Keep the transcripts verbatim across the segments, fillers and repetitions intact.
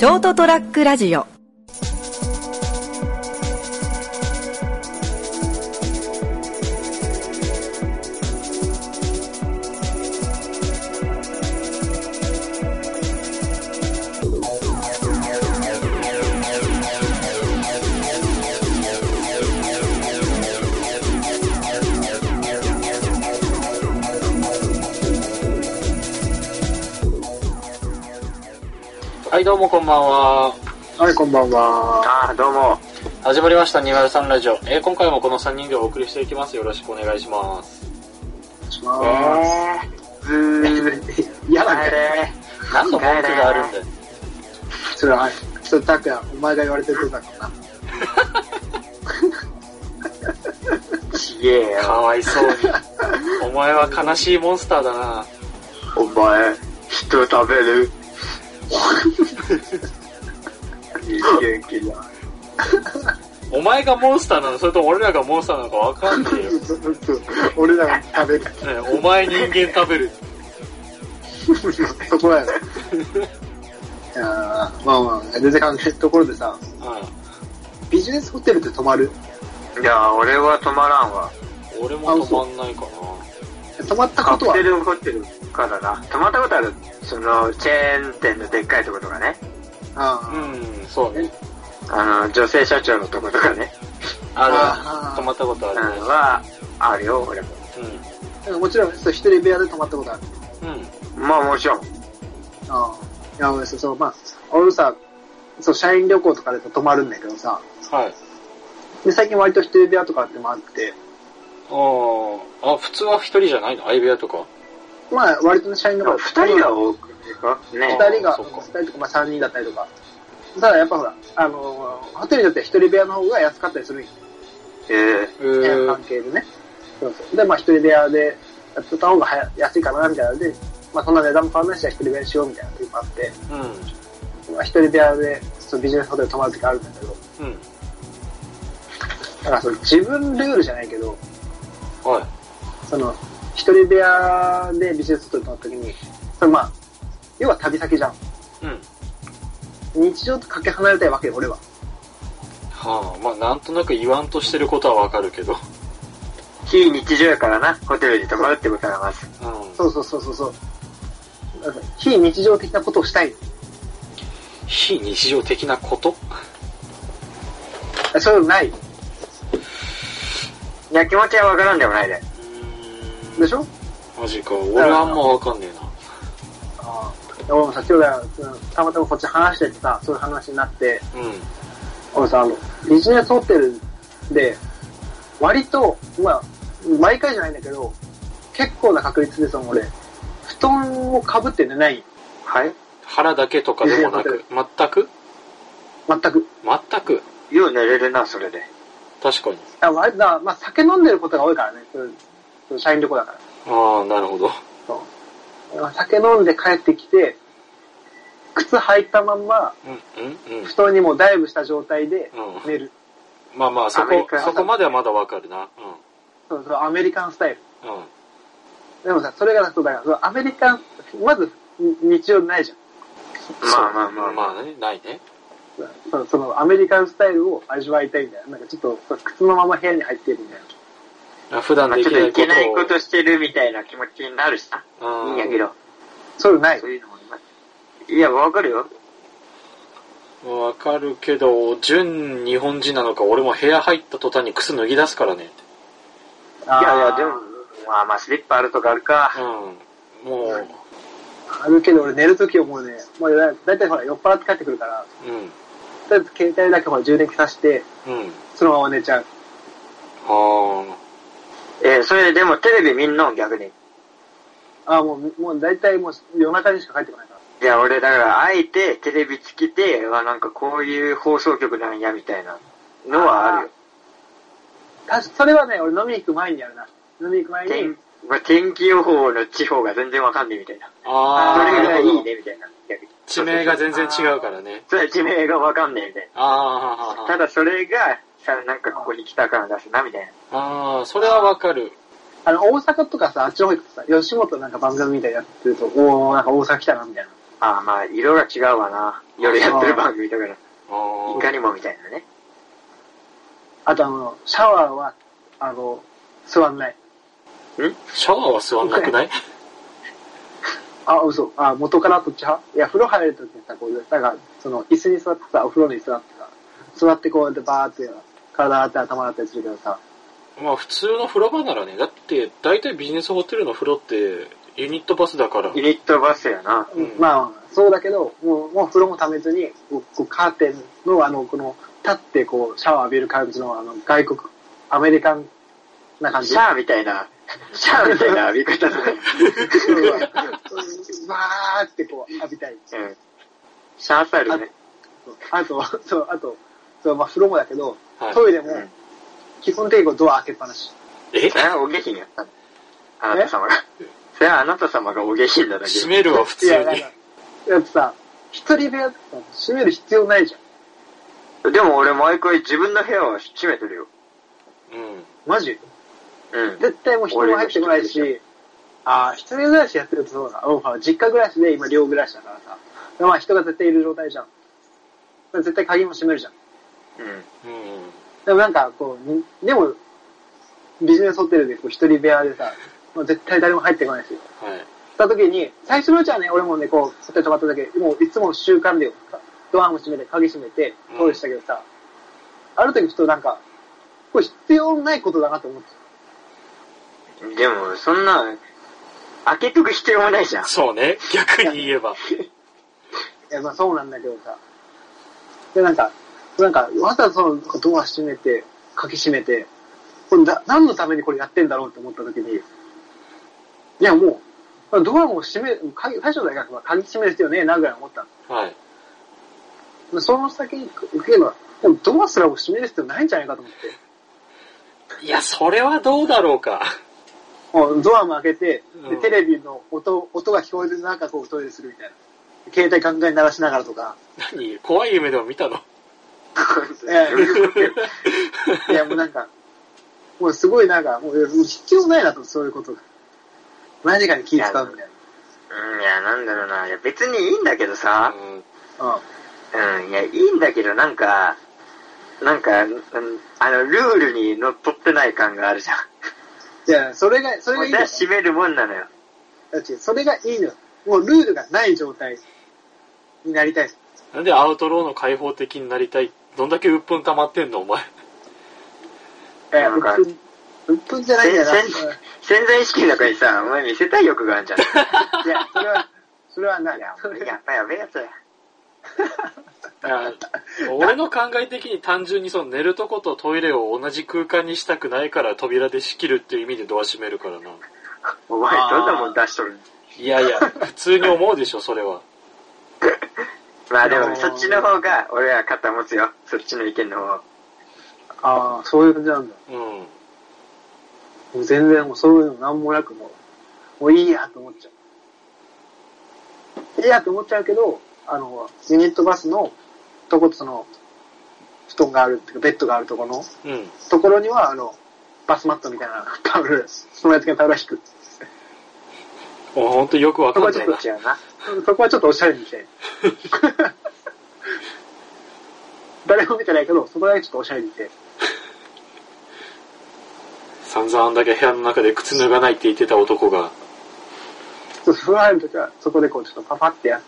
ショートトラックラジオ。 はい、どうもこんばんは。 はい、こんばんは。 あ、どうも。 始まりましたにまるさんラジオ。えー、今回もこのさんにんでお送りしていきます。よろしくお願いします。 お願いします。ずー嫌なんだよ。 何の文句があるんだよ。 それは、ちょっとタクヤ、お前が言われてることだからな。 ちげえよ。 かわいそうに。お前は悲しいモンスターだな。 お前、人食べる元気だ。 お前がモンスターなのそれとも俺らがモンスターなのかわかんねえよ。 俺らが食べる。 ね、お前人間食べる。 そこだよ。いやまあまあ、全然関係ないところでさ、 うん、 ビジネスホテルって泊まる？ いや、俺は泊まらんわ。 俺も泊まんないかな。 泊まったことは？ カプセルホテルからな。泊まったことある。その、チェーン店のでっかいとことかね。 ああ。 うん、そうね。 あの、女性社長のとことかね。 ある。泊まったことあるね。 うん、は、あるよ、俺も。 うん。もちろん、一人部屋で泊まったことある。 うん。 まあもちろん。 ああ。いや、俺そう、まあ、俺さ、そう、社員旅行とかで泊まるんだけどさ。 はい。 で、最近割と一人部屋とかってもあって。 ああ、あ、普通は一人じゃないの？相部屋とか？ まあ、割と社員旅行二人が多くねかね。 二人が、二人とか、まあ三人だったりとか。ただやっぱほら、あのー、ホテルによっては一人部屋の方が安かったりするんよ。 ええー。部屋の関係でね。そうそう。で、まあ一人部屋でやってた方が早安いかな、みたいなので、まあそんな値段も変わらないし、一人部屋にしようみたいな時もあって、 うん。 まあ一人部屋で、そのビジネスホテル泊まる時あるんだけど、 うん。 だからその自分ルールじゃないけど、 はい。 その、一人部屋でビジネスホテル泊まった時に、そのまあ、要は旅先じゃん。 うん。 日常とかけ離れたいわけよ、俺は。 はあ、まあなんとなく言わんとしてることはわかるけど。 非日常やからな、ホテルに泊まるってことはまず。 うん。そうそうそうそうそう。非日常的なことをしたい。 非日常的なこと？ そういうのない。 いや、気持ちはわからんでもないで。 でしょ？ マジか、俺はあんまわかんねえな。 ああ。俺もさ、今日たまたまこっち話しててさ、そういう話になって、うん。俺さ、あの、ビジネスホテルで、割と、まあ、毎回じゃないんだけど、結構な確率でその俺、布団をかぶって寝ない。 はい？ 腹だけとかでもなく、全く？ 全く。 全く。 よう寝れるな、それで。 確かに。 あ、割だ、まあ、酒飲んでることが多いからね、そう社員旅行だから。 ああ、なるほど。 そう。酒飲んで帰ってきて、靴履いたまんま、うんうんうん、布団にもダイブした状態で寝る。 うん、まあまあ、そこ、そこまではまだわかるな。うん。 そうそう、アメリカンスタイル。 うん。 でもさ、それがそうだから、アメリカン、まず日常ないじゃん。 まあまあまあまあね、ないね。 そ, そのアメリカンスタイルを味わいたいみたいな。なんかちょっと靴のまま部屋に入ってるみたいな。あ、普段できないことを。 いけないことしてるみたいな気持ちになるしさ。いいんやけど。 そういうのない。 そういうのもいや、わかるよ。 わかるけど、純日本人なのか、俺も部屋入った途端に靴脱ぎ出すからね。 いやいや、でも、まあまあスリッパあるとかあるか。 うん。もう。 あるけど俺寝るときはもうね、もうだいたいほら酔っ払って帰ってくるから、うん。とりあえず携帯だけほら充電器さして、うん。そのまま寝ちゃう。 はあ。えー、それでもテレビ見んの逆に。 ああ、もう、もうだいたいもう夜中にしか帰ってこないから。 いや、俺だからあえてテレビつけて、なんかこういう放送局なんやみたいなのはあるよ。 たし、それはね、俺飲み行く前にやるな。飲み行く前に。 天、まあ、天気予報の地方が全然わかんねえみたいな。ああ。それがいいねみたいな。 地名が全然違うからね。 そう、地名がわかんねえみたいな。 ああ。 ただそれが、さ、なんかここに来た感出すなみたいな。ああ、それはわかる。 あの、大阪とかさ、あっちの方行くとさ、吉本なんか番組みたいにやってると、おー、なんか大阪来たなみたいな。 ああ、まあ、色が違うわな。夜やってる番組だから。 あいかにもみたいなね。 あとあの、シャワーは、あの、座んない。 んシャワーは座んなくないあ、嘘。あ、元からどっち派いや、風呂入るときにさ、こう、なんか、その、椅子に座ってさ、お風呂に座ってさ、座ってこうやってバーって、体洗って頭洗ったりするけどさ。 まあ普通の風呂場ならね、だって大体ビジネスホテルの風呂ってユニットバスだから。 ユニットバスやな。 うん、まあ、そうだけど、もう、もう風呂も溜めずに、こうカーテンのあの、この、立ってこう、シャワー浴びる感じの、あの、外国、アメリカンな感じ。 シャーみたいな、シャーみたいな浴び方だね。 わーってこう、浴びたい。うん。 シャースタイルね。 あと、そう、あと、そう、まあ風呂もだけど、 はい、 トイレも、うん、基本的にドア開けっぱなし。 えそれはお下品やった。あなた様が。それはあなた様がお下品なだけ。 閉めるわ、普通に。いや、 だってさ、一人部屋ってさ、閉める必要ないじゃん。でも俺毎回自分の部屋は閉めてるよ。 うん。 マジうん。 絶対もう人も入ってこないし、ああ、一人暮らしやってるとそうだ。うん、実家暮らしで今寮暮らしだからさ。まあ人が絶対いる状態じゃん。絶対鍵も閉めるじゃん。 うん。うん。 でもなんかこう、でも、ビジネスホテルでこう一人部屋でさ、もう絶対誰も入ってこないですよ。 はい。 した時に、最初のうちはね、俺もね、こう、ホテル泊まった時、もういつも習慣でよ。ドアも閉めて、鍵閉めて、トイレしたけどさ、うん、ある時ふとなんか、これ必要ないことだなと思って。 でも、そんな、開けとく必要もないじゃん。 そうね、逆に言えば。いや、まあそうなんだけどさ。で、なんか、なんか、わざわざそのドア閉めて、鍵閉めて、これだ何のためにこれやってんだろうって思った時に、いやもう、ドアも閉め、鍵最初の大学は鍵閉める必要ねえなぐらい思ったの。はい。 その先に行けば、でもドアすらも閉める必要ないんじゃないかと思って。 いや、それはどうだろうか。 もうドアも開けて、 うん、 でテレビの音、音が聞こえる中こうトイレするみたいな。携帯ガンガン鳴らしながらとか。 何怖い夢でも見たのいや、いやもうなんか、もうすごいなんか、もう必要ないなと、そういうことが。何かに気使うみたいな。うん、いや、なんだろうな。いや、別にいいんだけどさ。 うん。うん。 うん、いや、いいんだけど、なんか、なんか、うん、あの、ルールにのっとってない感があるじゃん。 いや、それが、それがいい。 だ閉めるもんなのよ。 だって、それがいいのよ。もうルールがない状態になりたい。 なんでアウトローの開放的になりたい？どんだけ鬱憤溜まってんのお前。 え、なんか、鬱憤じゃないんだよな。 潜在意識の中にさ、お前見せたい欲があるじゃん。いや、それは、それはない。 や、やっぱやべえやつや。 俺の考え的に単純にその寝るとことトイレを同じ空間にしたくないから扉で仕切るっていう意味でドア閉めるからな。 お前どんなもん出しとる？ いやいや、普通に思うでしょ、それは。 まあでもそっちの方が俺は肩持つよ。そっちの意見の方。 ああ、そういう感じなんだ。 うん。もう全然もうそういうのなんもなくもう、もういいやと思っちゃう。いいやと思っちゃうけど、あの、ユニットバスのとことその、布団があるっていうか、ベッドがあるところの、うん、ところには、あの、バスマットみたいなタオル、そのやつがタオルを引く。 もうほんとよくわかんないな。 そこはちょっとおしゃれにしたい。誰も見てないけど、そこだけちょっとおしゃれにして。 散々あんだけ部屋の中で靴脱がないって言ってた男が。 そう、風呂入るときは、そこでこうちょっとパパってやって、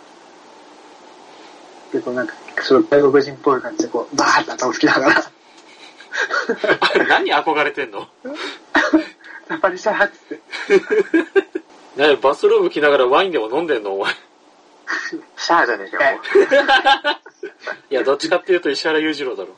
で、こうなんか、その外国人っぽい感じでこう、バーって頭拭きながら。 何憧れてんの？ やっぱりさーっつって。 ね、バスローブ着ながらワインでも飲んでんのお前。 シャーじゃねえかもう。 いや、どっちかっていうと石原裕次郎だろ。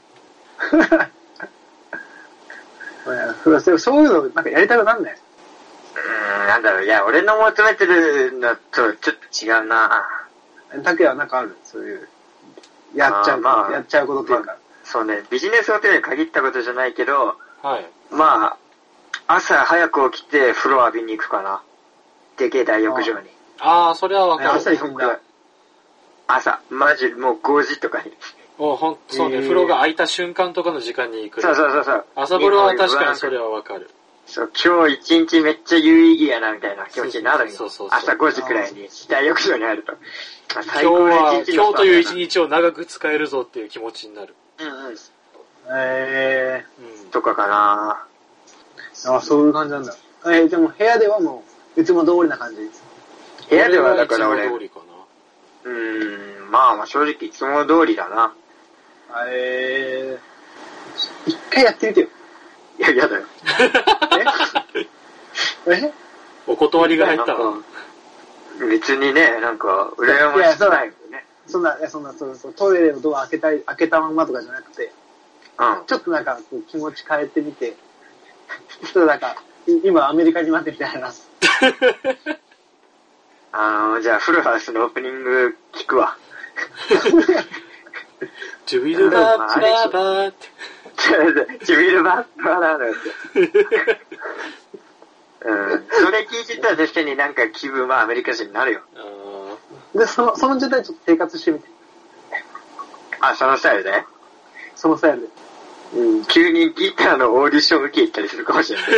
そういうのなんかやりたくなんない。 うーん、なんだろう、いや、俺の求めてるのとちょっと違うな。 だけはなんかある、そういう、やっちゃう、まあ、やっちゃうことっていうか、まあ。 そうね、ビジネスホテルに限ったことじゃないけど、 はい。 まあ、朝早く起きて風呂浴びに行くかな。でけえ大浴場に。 ああ、それはわかる。 朝行くんだ。 朝、マジもうごじとかに。 おほんそうね、風呂が開いた瞬間とかの時間に行く。 そうそうそうそう。 朝風呂は確かにそれはわかる。 そう、今日一日めっちゃ有意義やなみたいな気持ちになるよ。 そうそうそうそう朝ごじくらいに大浴場に入ると。 今日は、今日という一日を長く使えるぞっていう気持ちになる。 うんうん。 えー、うん、とかかなあ、そういう感じなんだ。えー、でも部屋ではもう、いつも通りな感じ？ 部屋ではだから俺、 いつも通りかな。 うーん、まあまあ正直いつも通りだな。 えー、一回やってみてよ。 いや、嫌だよ。 ええお断りが入ったの？ 別にね、なんか、羨ましくないよね。 そんな、いや、そんな、そうそう、トイレのドア開けたい、開けたまんまとかじゃなくて、うん、ちょっとなんか、こう気持ち変えてみて、ちょっとなんか、今アメリカに待ってみたいな。 あの、じゃあ、フルハウスのオープニング聞くわ。 ジュビルバッツラーバーって。 ジュビルバッツラーバーって。うん。それ聞いてたら確かになんか気分はアメリカ人になるよ。 で、その、その時代ちょっと生活してみて。 あ、そのスタイルで？ そのスタイルで。 うん。急にギターのオーディション受け行ったりするかもしれない。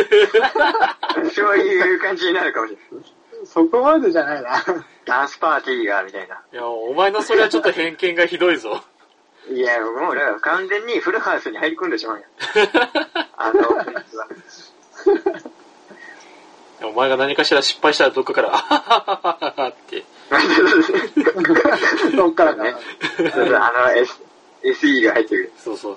そういう感じになるかもしれない。 そこまでじゃないな。 ダンスパーティーが、みたいな。 いや、お前のそれはちょっと偏見がひどいぞ。 いや、もうだから完全にフルハウスに入り込んでしまうよ。あの、 お前が何かしら失敗したらどっかから、あははははって。 どっからかね。あの、S、エスイー が入ってくる。 そうそう。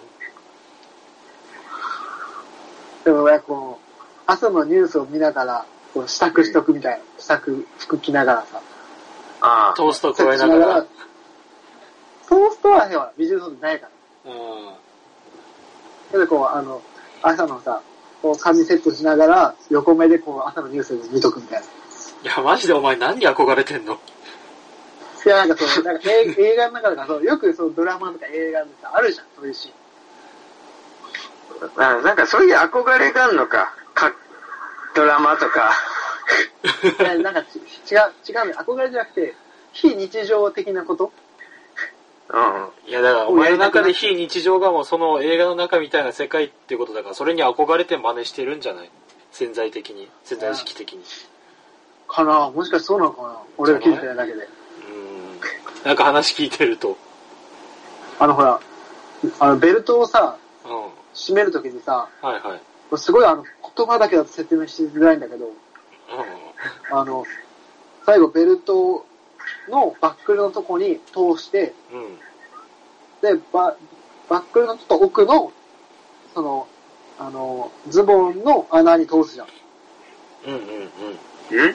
でもね、こう、朝のニュースを見ながら、こう支度しとくみたいな。支度、服着ながらさ。 ああ。トースト加えながら。 トーストはへはビジュールソードないから。 うん。 けどこう、あの、朝のさ、こう髪セットしながら、横目でこう、朝のニュースを見とくみたいな。 いや、マジでお前何に憧れてんの？ いや、なんかそう、なんか映映画の中とかそう、よくそうドラマとか映画でさ、あるじゃん、そういうシーン。 あ、なんかそういう憧れがあるのか。か、ドラマとか。 いや、なんかち違う、違うね。憧れじゃなくて、非日常的なこと。 うん。 いや、だからお前の中で非日常がもうその映画の中みたいな世界っていうことだから、それに憧れて真似してるんじゃない？潜在的に、潜在意識的に。 かな？もしかしてそうなのかな？俺が聞いてないだけで。 うん。なんか話聞いてると。 あのほら、あのベルトをさ、 うん、 締めるときにさ、 はいはい。 すごいあの言葉だけだと説明しづらいんだけど、うん、あの、最後ベルトのバックルのとこに通して、うん、で、バ、バックルのちょっと奥の、その、あの、ズボンの穴に通すじゃん。 うんうんうん。 え？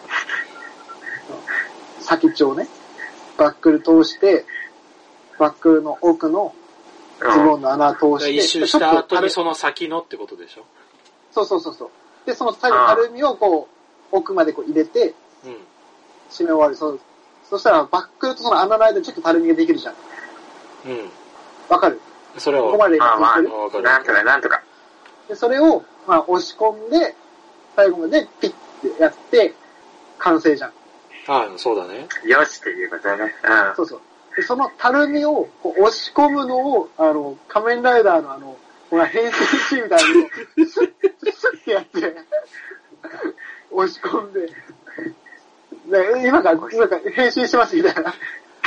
先っちょをね、バックル通して、バックルの奥のズボンの穴を通して、 一周した後にその先のってことでしょ？ そうそうそうそう。で、その最後たるみをこう、奥までこう入れて、うん、締め終わる。そう。そしたらバックルとその穴の間にちょっとたるみができるじゃん。うん。わかる？ それを。 ここまであ、まあ、なんとかなんとか。 で、それを、まあ、押し込んで、最後までピッてやって、完成じゃん。 ああ、そうだね。 よしっていうことだね。うん。 そうそう。で、そのたるみをこう押し込むのを、あの、仮面ライダーのあの、ほら、変身シーンみたいなのを、スッ、スッてやって、押し込んで、で今から、今から変身しますみたいな。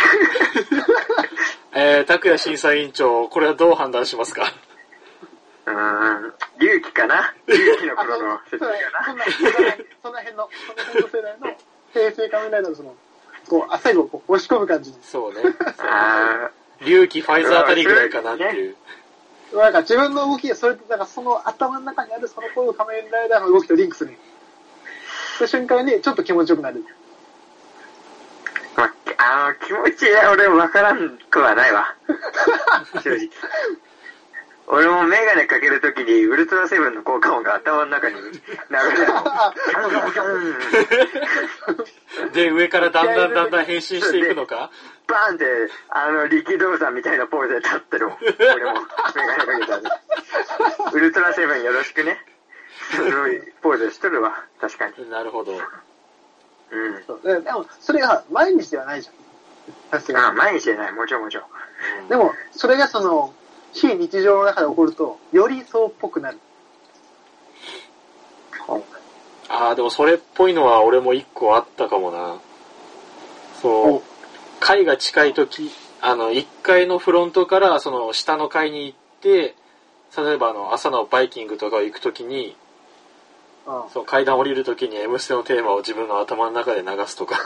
えー、拓也審査委員長、これはどう判断しますか？ うーん、龍騎かな？龍騎の頃の説明かな？ そんな、そんな辺の、その辺の世代の平成仮面ライダーのその、こう、あ、最後こう押し込む感じに。 そうね。あ龍騎ファイザーあたりぐらいかなっていう。 なんか自分の動きが、それと、なんかその頭の中にあるその頃の仮面ライダーの動きとリンクする。そういう瞬間にちょっと気持ちよくなる。 まあ、あの、気持ちは俺もわからんくはないわ。正直。俺もメガネかけるときにウルトラセブンの効果音が頭の中に流れる。 で、上からだんだんだんだん変身していくのか？ バーンって、あの、力道山みたいなポーズで立ってるもん。俺もメガネかけたら。ウルトラセブンよろしくね。そういうポーズしとるわ。確かに。 なるほど。 うん。でも、それが毎日ではないじゃん。確かに。 あ、毎日でない。もちろんもちろん。 うん、でも、それがその、非日常の中で起こると、よりそうっぽくなる。 ああ、でもそれっぽいのは俺も一個あったかもな。そう。階が近いとき、あの、いっかいのフロントからその下の階に行って、例えばあの、朝のバイキングとか行くときに、 ああそう階段降りるときに M ステのテーマを自分の頭の中で流すとか。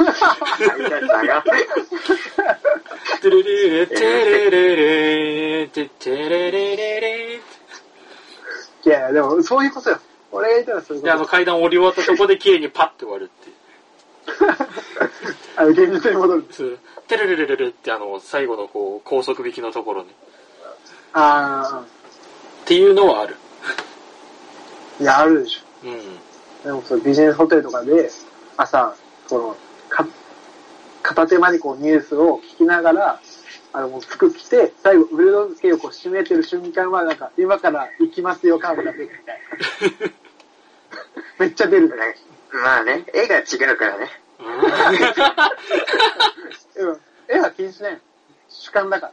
テレレレテレレレテテレレレレ。 いやいや、でもそういうことよ。俺が言ったらそういうこと。 で、あの階段降り終わったとこで綺麗にパッて終わるっていう。 あの、現実に戻る。 テレレレレレってあの、最後のこう、高速引きのところね。 ああ。 っていうのはある。 いや、あるでしょ。 うん。 でもそうビジネスホテルとかで、朝、この、か、片手間にこうニュースを聞きながら、あの、もう服着て、最後、腕の付けをこう締めてる瞬間は、なんか、今から行きますよ、感が出るみたいな。めっちゃ出る。 まあね、絵が違うからね。 絵は気にしないの。主観だから。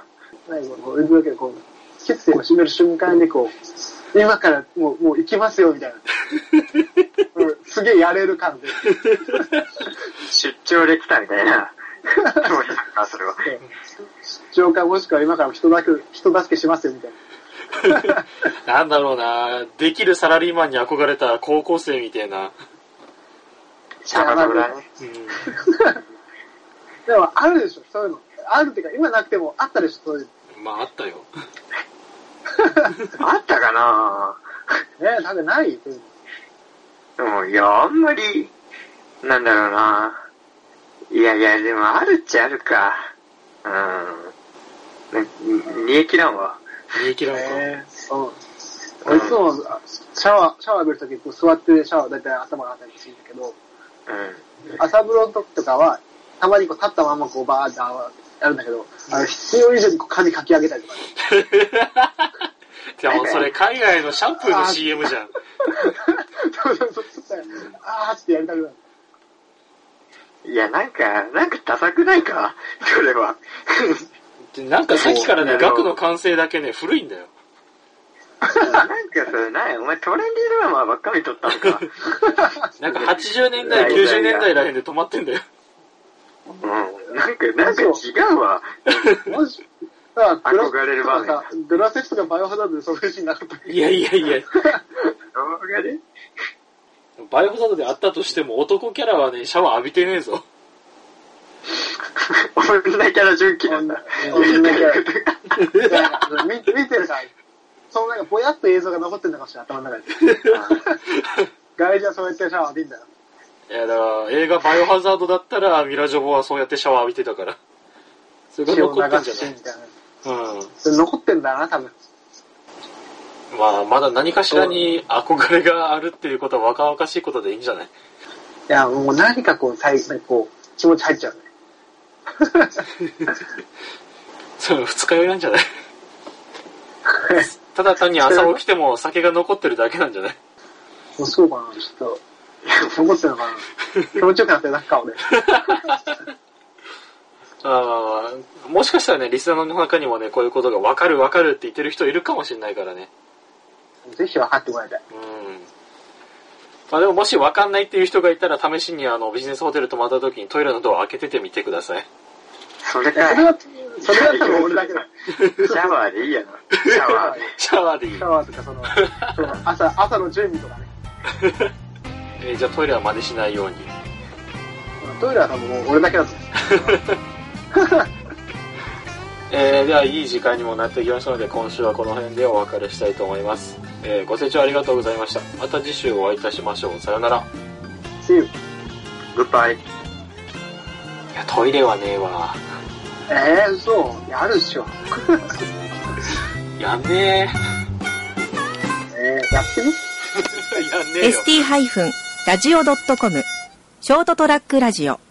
うん。最後、こう腕の付けをこう、キュッて締める瞬間にこう、今からもう、もう行きますよ、みたいな。うん、すげえやれる感じ。 出張で来たみたいな。そうですか、それは。 出張かもしくは今から人だけ、人助けしますよ、みたいな。 なんだろうな、できるサラリーマンに憧れた高校生みたいな。 シャバだね。 うん。 でも、あるでしょ、そういうの。あるっていうか、今なくてもあったでしょ、そういうの。まあ、あったよ。 あったかなねえ、多分ないでも、いや、あんまり、なんだろうな。いやいや、でもあるっちゃあるか。うん。煮え切らんわ。 煮え切らんか。 えー、そう。俺いつも、シャワー、シャワー浴びるとき、こう座ってシャワーだいたい頭があったりするんだけど、うん。朝風呂の時とかは、たまにこう立ったままこうバーってやるんだけど、あの必要以上にこう髪かき上げたりとか、ね。 でもそれ海外のシャンプーの シーエム じゃん。 そうそうそう。あーってやりたくなる。 いや、なんか、なんかダサくないかそれは。 なんかさっきからね、額の完成だけね、古いんだよ。 なんかそれ、なんや、お前トレンディードラマばっかり撮ったのか。 なんかはちじゅうねんだい、きゅうじゅうねんだいらへんで止まってんだよ。 うん。なんか、なんか違うわ。 マジだから、 憧れる場面。 グラセスとかバイオハザードでそういうシーンなかった。 いやいやいや。 憧れバイオハザードであったとしても男キャラはね、シャワー浴びてねえぞ。 女キャラ純喜なんだ。 女キャラ。見てるから、そのなんかぼやっと映像が残ってんのかもしれない、頭の中で。外人はそうやってシャワー浴びんだよ。 いやだから映画バイオハザードだったらミラジョボはそうやってシャワー浴びてたから。それが残ってんじゃない？うん。 それ残ってんだな、多分。 まあ、まだ何かしらに憧れがあるっていうことは若々しいことでいいんじゃない？いや、もう何かこう、最後にこう、気持ち入っちゃうね。 そう、二日酔いなんじゃないただ単に朝起きても酒が残ってるだけなんじゃない？ もうそうかな、ちょっと、残ってるのかな。気持ちよくなってなんか俺。 ああ、もしかしたらね、リスナーの中にもね、こういうことが分かる分かるって言ってる人いるかもしれないからね。 ぜひ分かってもらいたい。 うん。まあでももし分かんないっていう人がいたら、試しにあのビジネスホテル泊まった時にトイレのドア開けててみてください。 それか。 それは、それは多分俺だけだ。 シャワーでいいやな。シャワーで。 シャワーでいい。 シャワーとかその、その朝、朝の準備とかね。 えー、じゃあトイレは真似しないように。 トイレは多分もう俺だけだと思う。 えー、ではいい時間にもなってきましたので、今週はこの辺でお別れしたいと思います。えー、ご清聴ありがとうございました。また次週お会いいたしましょう。さよなら。 See you. Goodbye. いや、トイレはねえわ。 えー、嘘。やるっしょ。 やんねえ。えー、やってみやんねえよ。 エスティー ラジオ ドットコム ショートトラックラジオ